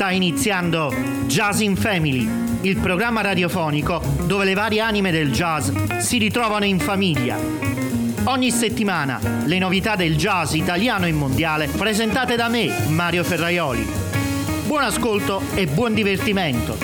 Sta iniziando Jazz in Family, il programma radiofonico dove le varie anime del jazz si ritrovano in famiglia. Ogni settimana le novità del jazz italiano e mondiale presentate da me, Mario Ferraioli. Buon ascolto e buon divertimento.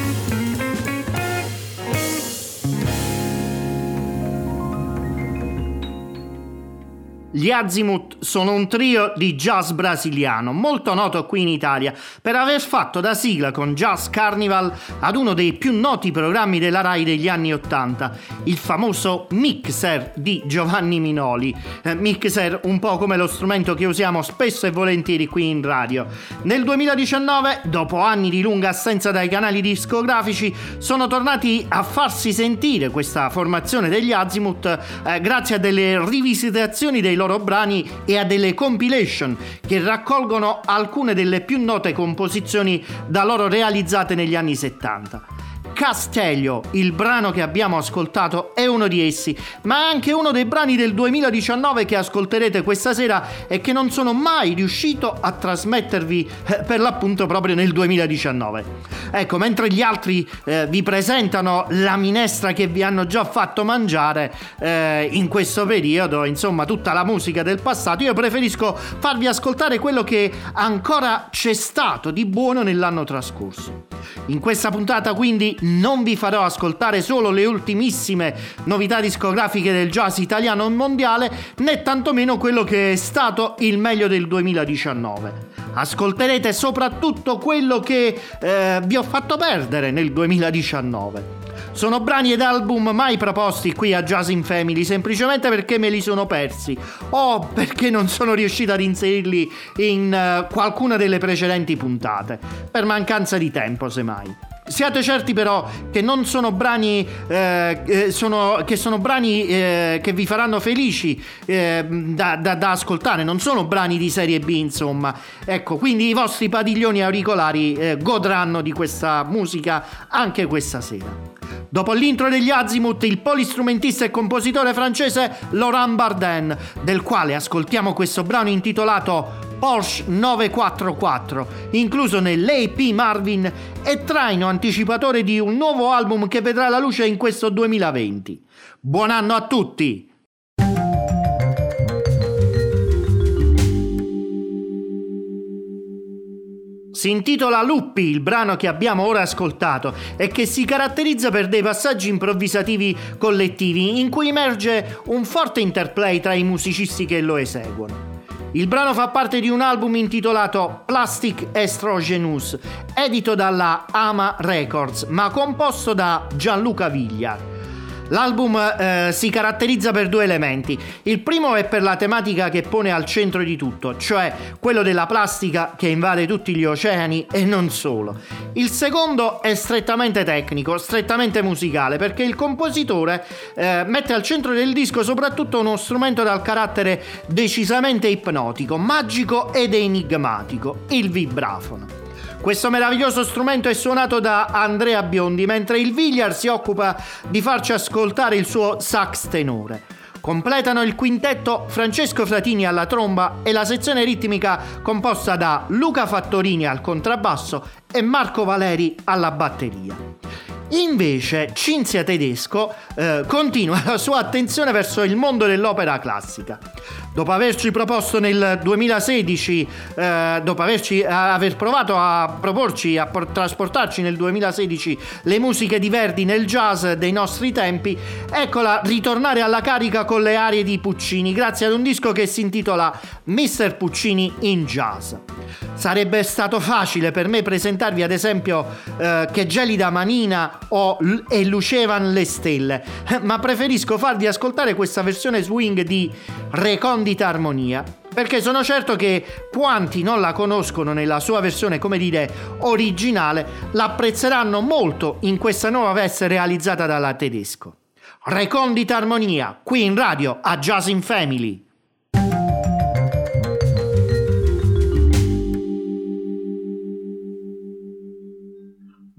Gli Azimuth sono un trio di jazz brasiliano molto noto qui in Italia per aver fatto da sigla con Jazz Carnival ad uno dei più noti programmi della Rai degli anni '80, il famoso Mixer di Giovanni Minoli. Mixer un po' come lo strumento che usiamo spesso e volentieri qui in radio. Nel 2019, dopo anni di lunga assenza dai canali discografici, sono tornati a farsi sentire questa formazione degli Azimuth grazie a delle rivisitazioni dei loro brani e a delle compilation che raccolgono alcune delle più note composizioni da loro realizzate negli anni 70. Castello, il brano che abbiamo ascoltato, è uno di essi, ma è anche uno dei brani del 2019 che ascolterete questa sera e che non sono mai riuscito a trasmettervi per l'appunto proprio nel 2019. Ecco, mentre gli altri vi presentano la minestra che vi hanno già fatto mangiare in questo periodo, insomma tutta la musica del passato, io preferisco farvi ascoltare quello che ancora c'è stato di buono nell'anno trascorso. In questa puntata quindi non vi farò ascoltare solo le ultimissime novità discografiche del jazz italiano e mondiale, né tantomeno quello che è stato il meglio del 2019. Ascolterete soprattutto quello che vi ho fatto perdere nel 2019. Sono brani ed album mai proposti qui a Jazz in Family semplicemente perché me li sono persi o perché non sono riuscito ad inserirli in qualcuna delle precedenti puntate, per mancanza di tempo semmai. Siate certi però che non sono brani sono brani che vi faranno felici da ascoltare, non sono brani di serie B, insomma. Ecco, quindi i vostri padiglioni auricolari godranno di questa musica anche questa sera. Dopo l'intro degli Azimuth, il polistrumentista e compositore francese Laurent Bardin, del quale ascoltiamo questo brano intitolato Porsche 944, incluso nell'AP Marvin e traino anticipatore di un nuovo album che vedrà la luce in questo 2020. Buon anno a tutti! Si intitola Luppi il brano che abbiamo ora ascoltato e che si caratterizza per dei passaggi improvvisativi collettivi in cui emerge un forte interplay tra i musicisti che lo eseguono. Il brano fa parte di un album intitolato Plastic Estrogenous, edito dalla Ama Records, ma composto da Gianluca Viglia. L'album si caratterizza per due elementi. Il primo è per la tematica che pone al centro di tutto, cioè quello della plastica che invade tutti gli oceani e non solo. Il secondo è strettamente tecnico, strettamente musicale, perché il compositore mette al centro del disco soprattutto uno strumento dal carattere decisamente ipnotico, magico ed enigmatico, il vibrafono. Questo meraviglioso strumento è suonato da Andrea Biondi, mentre il Villar si occupa di farci ascoltare il suo sax tenore. Completano il quintetto Francesco Fratini alla tromba e la sezione ritmica composta da Luca Fattorini al contrabbasso e Marco Valeri alla batteria. Invece Cinzia Tedesco continua la sua attenzione verso il mondo dell'opera classica. Dopo averci proposto nel 2016, dopo aver provato a proporci, a trasportarci nel 2016 le musiche di Verdi nel jazz dei nostri tempi, eccola ritornare alla carica con le arie di Puccini, grazie ad un disco che si intitola Mr. Puccini in Jazz. Sarebbe stato facile per me presentarvi ad esempio Che gelida manina e Lucevan le stelle, ma preferisco farvi ascoltare questa versione swing di Recondita armonia, perché sono certo che quanti non la conoscono nella sua versione, come dire, originale, l'apprezzeranno molto in questa nuova veste realizzata dalla Tedesco. Recondita armonia, qui in radio a Jazz in Family.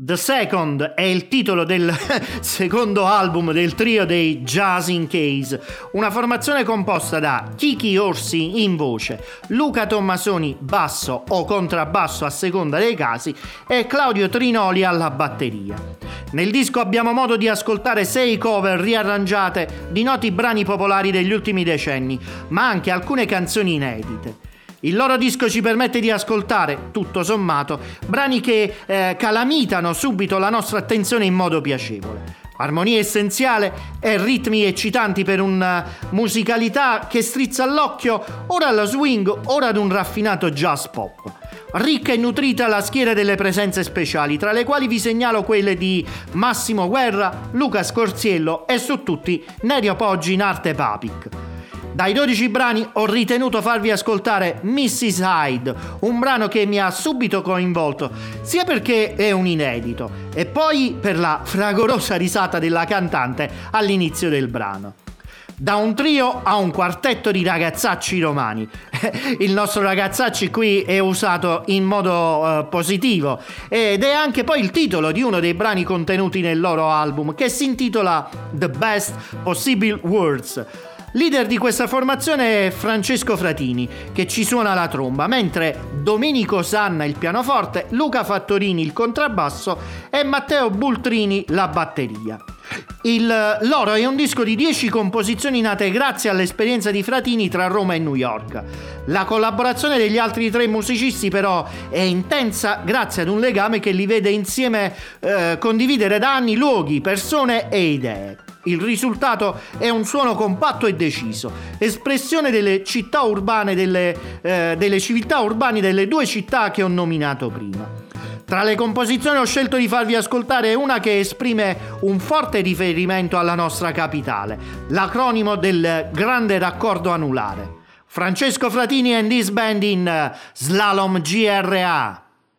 The Second è il titolo del secondo album del trio dei Just in Case, una formazione composta da Kiki Orsi in voce, Luca Tommasoni basso o contrabbasso a seconda dei casi e Claudio Trinoli alla batteria. Nel disco abbiamo modo di ascoltare 6 cover riarrangiate di noti brani popolari degli ultimi decenni, ma anche alcune canzoni inedite. Il loro disco ci permette di ascoltare, tutto sommato, brani che calamitano subito la nostra attenzione in modo piacevole. Armonia essenziale e ritmi eccitanti per una musicalità che strizza all'occhio ora allo swing, ora ad un raffinato jazz pop. Ricca e nutrita la schiera delle presenze speciali, tra le quali vi segnalo quelle di Massimo Guerra, Luca Scorziello e su tutti Nerio Poggi in arte Papic. Dai 12 brani ho ritenuto farvi ascoltare Mrs. Hyde, un brano che mi ha subito coinvolto, sia perché è un inedito e poi per la fragorosa risata della cantante all'inizio del brano. Da un trio a un quartetto di ragazzacci romani. Il nostro ragazzacci qui è usato in modo positivo ed è anche poi il titolo di uno dei brani contenuti nel loro album, che si intitola The Best Possible Words. Leader di questa formazione è Francesco Fratini, che ci suona la tromba, mentre Domenico Sanna il pianoforte, Luca Fattorini il contrabbasso e Matteo Bultrini la batteria. Il loro è un disco di 10 composizioni nate grazie all'esperienza di Fratini tra Roma e New York. La collaborazione degli altri 3 musicisti però è intensa grazie ad un legame che li vede insieme condividere da anni luoghi, persone e idee. Il risultato è un suono compatto e deciso, espressione delle città urbane, delle civiltà urbane delle 2 città che ho nominato prima. Tra le composizioni ho scelto di farvi ascoltare una che esprime un forte riferimento alla nostra capitale, l'acronimo del Grande Raccordo Anulare. Francesco Fratini and his band in Slalom GRA.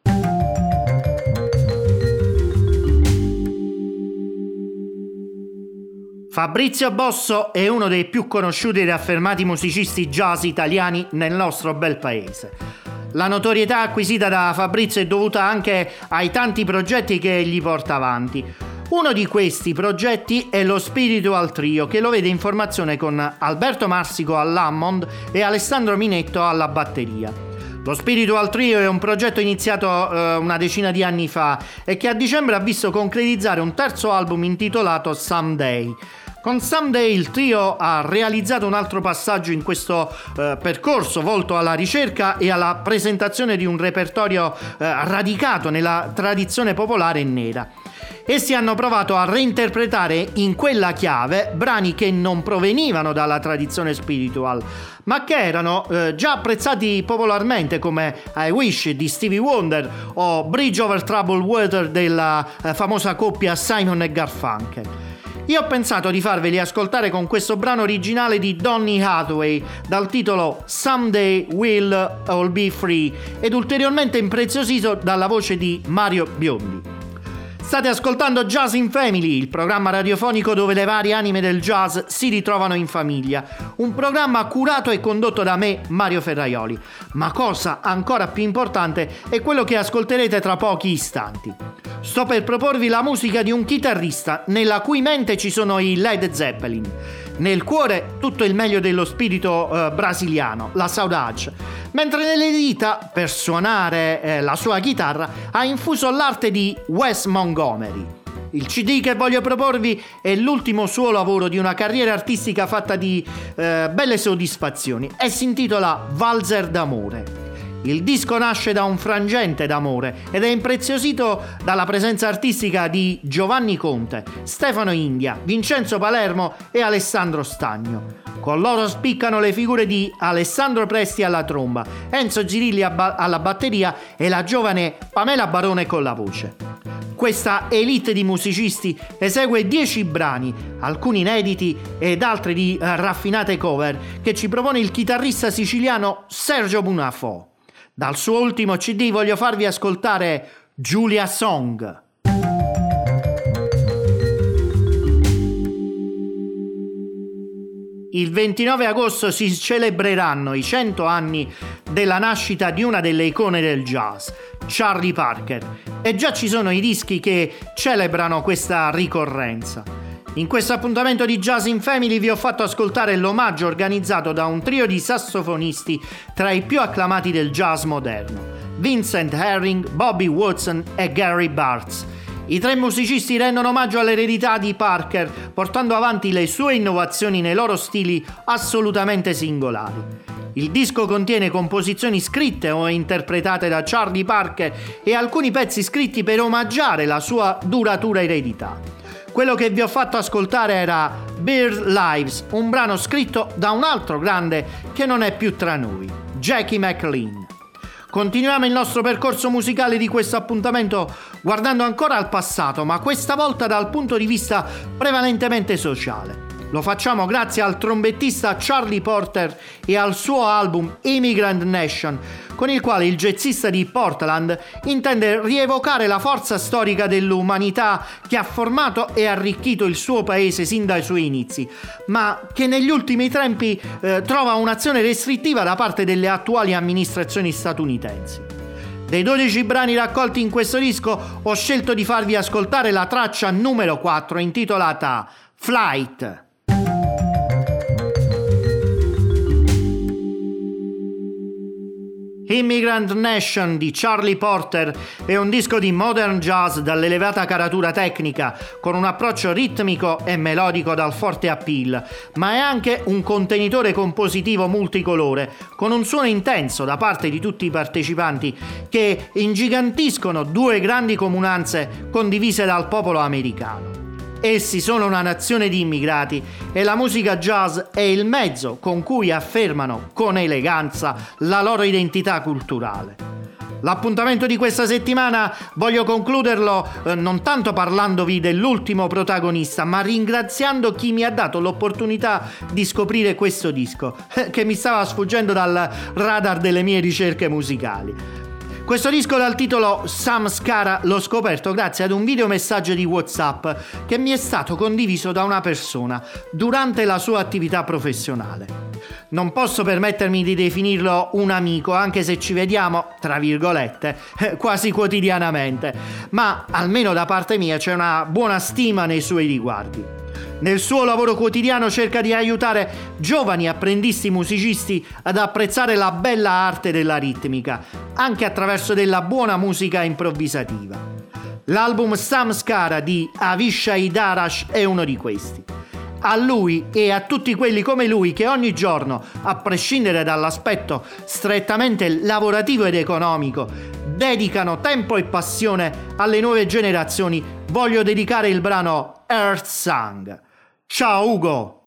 Fabrizio Bosso è uno dei più conosciuti ed affermati musicisti jazz italiani nel nostro bel paese. La notorietà acquisita da Fabrizio è dovuta anche ai tanti progetti che egli porta avanti. Uno di questi progetti è lo Spiritual Trio, che lo vede in formazione con Alberto Marsico all'Hammond e Alessandro Minetto alla batteria. Lo Spiritual Trio è un progetto iniziato una decina di anni fa e che a dicembre ha visto concretizzare un terzo album intitolato Someday. Con Someday il trio ha realizzato un altro passaggio in questo percorso volto alla ricerca e alla presentazione di un repertorio radicato nella tradizione popolare nera. Essi hanno provato a reinterpretare in quella chiave brani che non provenivano dalla tradizione spiritual, ma che erano già apprezzati popolarmente, come I Wish di Stevie Wonder o Bridge Over Troubled Water della famosa coppia Simon e Garfunkel. Io ho pensato di farveli ascoltare con questo brano originale di Donny Hathaway dal titolo Someday We'll All Be Free ed ulteriormente impreziosito dalla voce di Mario Biondi. State ascoltando Jazz in Family, il programma radiofonico dove le varie anime del jazz si ritrovano in famiglia. Un programma curato e condotto da me, Mario Ferraioli. Ma cosa ancora più importante è quello che ascolterete tra pochi istanti. Sto per proporvi la musica di un chitarrista nella cui mente ci sono i Led Zeppelin. Nel cuore tutto il meglio dello spirito brasiliano, la saudade, mentre nelle dita, per suonare la sua chitarra, ha infuso l'arte di Wes Montgomery. Il CD che voglio proporvi è l'ultimo suo lavoro di una carriera artistica fatta di belle soddisfazioni e si intitola Valzer d'amore. Il disco nasce da un frangente d'amore ed è impreziosito dalla presenza artistica di Giovanni Conte, Stefano India, Vincenzo Palermo e Alessandro Stagno. Con loro spiccano le figure di Alessandro Presti alla tromba, Enzo Girilli alla batteria e la giovane Pamela Barone con la voce. Questa elite di musicisti esegue 10 brani, alcuni inediti ed altri di raffinate cover, che ci propone il chitarrista siciliano Sergio Bunafò. Dal suo ultimo CD voglio farvi ascoltare Giulia Song. Il 29 agosto si celebreranno i 100 anni della nascita di una delle icone del jazz, Charlie Parker, e già ci sono i dischi che celebrano questa ricorrenza. In questo appuntamento di Jazz in Family vi ho fatto ascoltare l'omaggio organizzato da un trio di sassofonisti tra i più acclamati del jazz moderno: Vincent Herring, Bobby Watson e Gary Bartz. I tre musicisti rendono omaggio all'eredità di Parker, portando avanti le sue innovazioni nei loro stili assolutamente singolari. Il disco contiene composizioni scritte o interpretate da Charlie Parker e alcuni pezzi scritti per omaggiare la sua duratura eredità. Quello che vi ho fatto ascoltare era Bird Lives, un brano scritto da un altro grande che non è più tra noi, Jackie McLean. Continuiamo il nostro percorso musicale di questo appuntamento guardando ancora al passato, ma questa volta dal punto di vista prevalentemente sociale. Lo facciamo grazie al trombettista Charlie Porter e al suo album Immigrant Nation, con il quale il jazzista di Portland intende rievocare la forza storica dell'umanità che ha formato e arricchito il suo paese sin dai suoi inizi, ma che negli ultimi tempi trova un'azione restrittiva da parte delle attuali amministrazioni statunitensi. Dei 12 brani raccolti in questo disco ho scelto di farvi ascoltare la traccia numero 4 intitolata Flight. Immigrant Nation di Charlie Porter è un disco di modern jazz dall'elevata caratura tecnica, con un approccio ritmico e melodico dal forte appeal, ma è anche un contenitore compositivo multicolore, con un suono intenso da parte di tutti i partecipanti che ingigantiscono due grandi comunanze condivise dal popolo americano. Essi sono una nazione di immigrati e la musica jazz è il mezzo con cui affermano con eleganza la loro identità culturale. L'appuntamento di questa settimana voglio concluderlo non tanto parlandovi dell'ultimo protagonista, ma ringraziando chi mi ha dato l'opportunità di scoprire questo disco, che mi stava sfuggendo dal radar delle mie ricerche musicali. Questo disco dal titolo Samskara l'ho scoperto grazie ad un videomessaggio di WhatsApp che mi è stato condiviso da una persona durante la sua attività professionale. Non posso permettermi di definirlo un amico, anche se ci vediamo, tra virgolette, quasi quotidianamente, ma almeno da parte mia c'è una buona stima nei suoi riguardi. Nel suo lavoro quotidiano cerca di aiutare giovani apprendisti musicisti ad apprezzare la bella arte della ritmica, anche attraverso della buona musica improvvisativa. L'album Samskara di Avishai Darash è uno di questi. A lui e a tutti quelli come lui che ogni giorno, a prescindere dall'aspetto strettamente lavorativo ed economico, dedicano tempo e passione alle nuove generazioni, voglio dedicare il brano Earth Song. Ciao Ugo!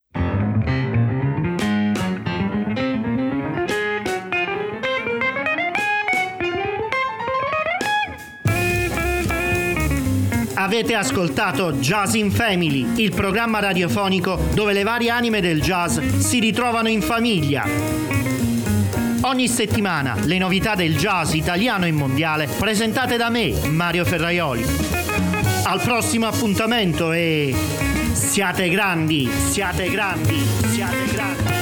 Avete ascoltato Jazz in Family, il programma radiofonico dove le varie anime del jazz si ritrovano in famiglia. Ogni settimana le novità del jazz italiano e mondiale presentate da me, Mario Ferraioli. Al prossimo appuntamento e siate grandi, siate grandi, siate grandi.